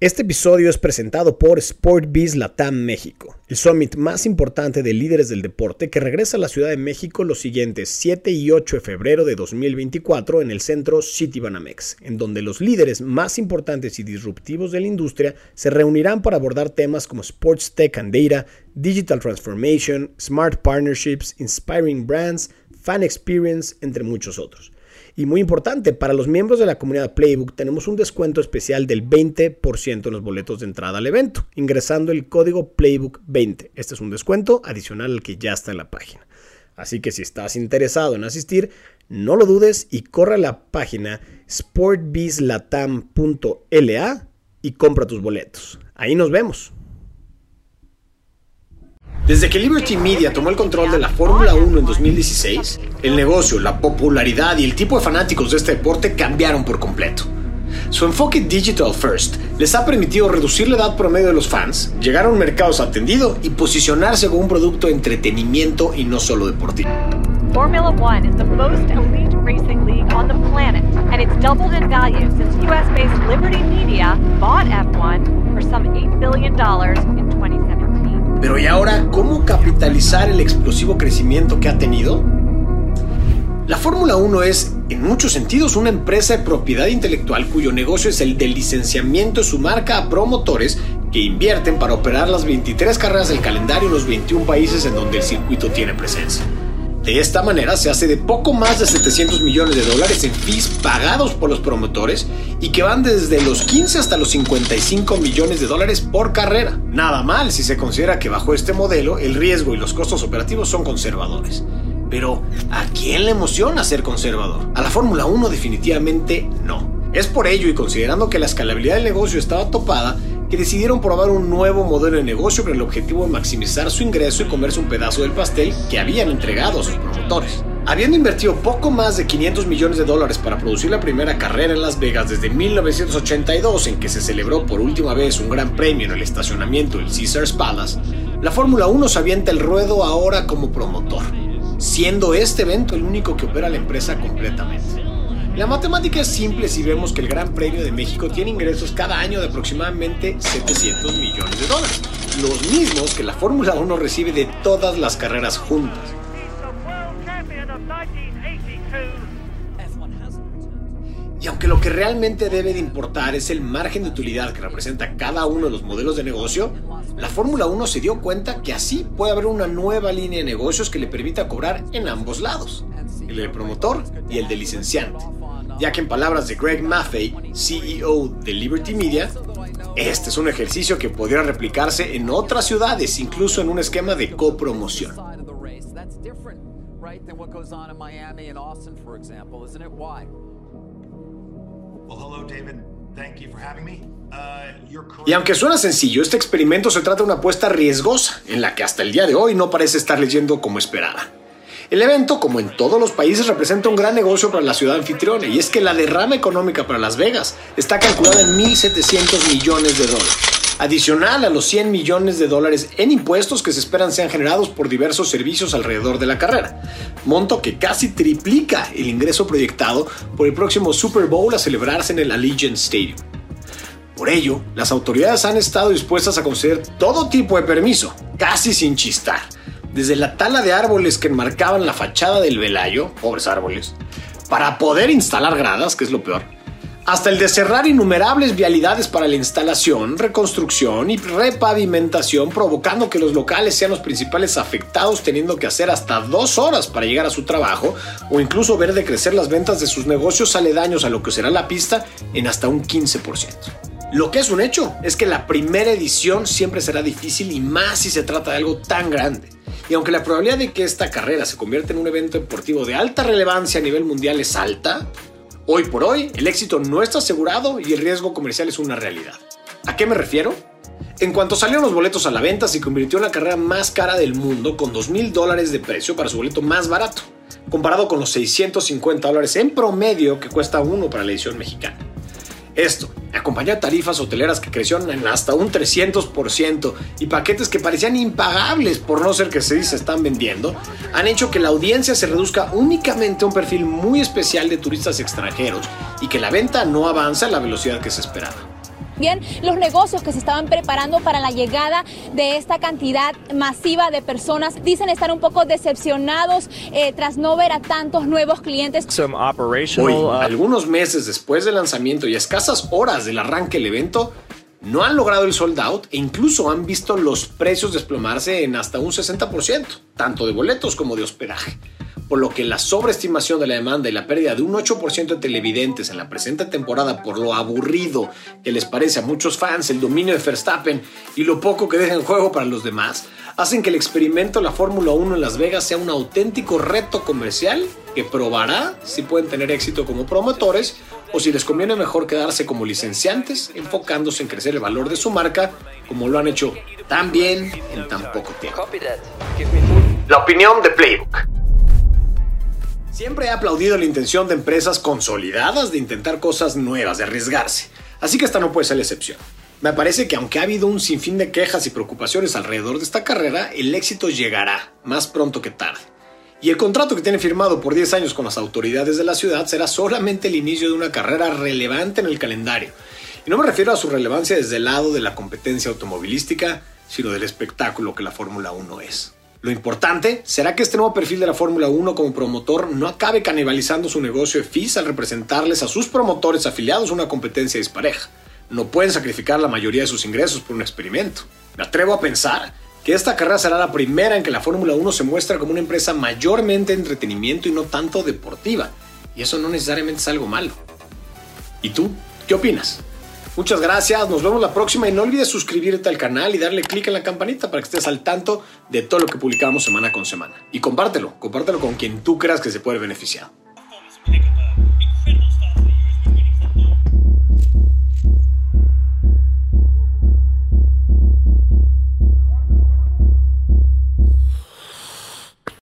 Este episodio es presentado por SportBiz Latam México, el summit más importante de líderes del deporte que regresa a la Ciudad de México los siguientes 7 y 8 de febrero de 2024 en el centro Citibanamex, en donde los líderes más importantes y disruptivos de la industria se reunirán para abordar temas como Sports Tech and Data, Digital Transformation, Smart Partnerships, Inspiring Brands, Fan Experience, entre muchos otros. Y muy importante, para los miembros de la comunidad Playbook tenemos un descuento especial del 20% en los boletos de entrada al evento, ingresando el código Playbook20. Este es un descuento adicional al que ya está en la página. Así que si estás interesado en asistir, no lo dudes y corre a la página sportbizlatam.la y compra tus boletos. Ahí nos vemos. Desde que Liberty Media tomó el control de la Fórmula 1 en 2016, el negocio, la popularidad y el tipo de fanáticos de este deporte cambiaron por completo. Su enfoque digital first les ha permitido reducir la edad promedio de los fans, llegar a un mercado desatendido y posicionarse como un producto de entretenimiento y no solo deportivo. Formula One is the most elite racing league on the planet, and it's doubled in value since US-based Liberty Media bought F1 for some $8 billion in 2017. Pero ¿y ahora cómo capitalizar el explosivo crecimiento que ha tenido? La Fórmula 1 es, en muchos sentidos, una empresa de propiedad intelectual cuyo negocio es el del licenciamiento de su marca a promotores que invierten para operar las 23 carreras del calendario en los 21 países en donde el circuito tiene presencia. De esta manera se hace de poco más de $700 millones en fees pagados por los promotores y que van desde los 15 hasta los $55 millones por carrera. Nada mal si se considera que bajo este modelo el riesgo y los costos operativos son conservadores. Pero ¿a quién le emociona ser conservador? A la Fórmula 1 definitivamente no. Es por ello y considerando que la escalabilidad del negocio estaba topada, que decidieron probar un nuevo modelo de negocio con el objetivo de maximizar su ingreso y comerse un pedazo del pastel que habían entregado a sus promotores. Habiendo invertido poco más de $500 millones para producir la primera carrera en Las Vegas desde 1982, en que se celebró por última vez un gran premio en el estacionamiento del Caesars Palace, la Fórmula 1 se avienta el ruedo ahora como promotor, siendo este evento el único que opera la empresa completamente. La matemática es simple si vemos que el Gran Premio de México tiene ingresos cada año de aproximadamente $700 millones, los mismos que la Fórmula 1 recibe de todas las carreras juntas. Y aunque lo que realmente debe de importar es el margen de utilidad que representa cada uno de los modelos de negocio, la Fórmula 1 se dio cuenta que así puede haber una nueva línea de negocios que le permita cobrar en ambos lados, el del promotor y el del licenciante, ya que en palabras de Greg Maffei, CEO de Liberty Media, este es un ejercicio que podría replicarse en otras ciudades, incluso en un esquema de copromoción. Y aunque suena sencillo, este experimento se trata de una apuesta riesgosa, en la que hasta el día de hoy no parece estar yendo como esperada. El evento, como en todos los países, representa un gran negocio para la ciudad anfitriona, y es que la derrama económica para Las Vegas está calculada en $1.700 millones, adicional a los $100 millones en impuestos que se esperan sean generados por diversos servicios alrededor de la carrera, monto que casi triplica el ingreso proyectado por el próximo Super Bowl a celebrarse en el Allegiant Stadium. Por ello, las autoridades han estado dispuestas a conceder todo tipo de permiso, casi sin chistar, desde la tala de árboles que enmarcaban la fachada del Velayo, pobres árboles, para poder instalar gradas, que es lo peor, hasta el de cerrar innumerables vialidades para la instalación, reconstrucción y repavimentación, provocando que los locales sean los principales afectados, teniendo que hacer hasta 2 horas para llegar a su trabajo o incluso ver decrecer las ventas de sus negocios aledaños a lo que será la pista en hasta un 15%. Lo que es un hecho es que la primera edición siempre será difícil y más si se trata de algo tan grande. Y aunque la probabilidad de que esta carrera se convierta en un evento deportivo de alta relevancia a nivel mundial es alta, hoy por hoy el éxito no está asegurado y el riesgo comercial es una realidad. ¿A qué me refiero? En cuanto salieron los boletos a la venta, se convirtió en la carrera más cara del mundo, con $2,000 de precio para su boleto más barato, comparado con los $650 en promedio que cuesta uno para la edición mexicana. Esto, acompañado de tarifas hoteleras que crecieron en hasta un 300% y paquetes que parecían impagables por no ser que se están vendiendo, han hecho que la audiencia se reduzca únicamente a un perfil muy especial de turistas extranjeros y que la venta no avance a la velocidad que se esperaba. también los negocios que se estaban preparando para la llegada de esta cantidad masiva de personas. Dicen estar un poco decepcionados tras no ver a tantos nuevos clientes. Hoy, algunos meses después del lanzamiento y a escasas horas del arranque del evento, no han logrado el sold out e incluso han visto los precios desplomarse en hasta un 60%, tanto de boletos como de hospedaje. Por lo que la sobreestimación de la demanda y la pérdida de un 8% de televidentes en la presente temporada por lo aburrido que les parece a muchos fans el dominio de Verstappen y lo poco que deja en juego para los demás, hacen que el experimento de la Fórmula 1 en Las Vegas sea un auténtico reto comercial que probará si pueden tener éxito como promotores o si les conviene mejor quedarse como licenciantes enfocándose en crecer el valor de su marca como lo han hecho tan bien en tan poco tiempo. La opinión de Playbook. Siempre he aplaudido la intención de empresas consolidadas de intentar cosas nuevas, de arriesgarse. Así que esta no puede ser la excepción. Me parece que aunque ha habido un sinfín de quejas y preocupaciones alrededor de esta carrera, el éxito llegará, más pronto que tarde. Y el contrato que tiene firmado por 10 años con las autoridades de la ciudad será solamente el inicio de una carrera relevante en el calendario. Y no me refiero a su relevancia desde el lado de la competencia automovilística, sino del espectáculo que la Fórmula 1 es. Lo importante será que este nuevo perfil de la Fórmula 1 como promotor no acabe canibalizando su negocio de fees al representarles a sus promotores afiliados una competencia dispareja. No pueden sacrificar la mayoría de sus ingresos por un experimento. Me atrevo a pensar que esta carrera será la primera en que la Fórmula 1 se muestra como una empresa mayormente de entretenimiento y no tanto deportiva. Y eso no necesariamente es algo malo. ¿Y tú? ¿Qué opinas? Muchas gracias, nos vemos la próxima y no olvides suscribirte al canal y darle clic en la campanita para que estés al tanto de todo lo que publicamos semana con semana. Y compártelo con quien tú creas que se puede beneficiar.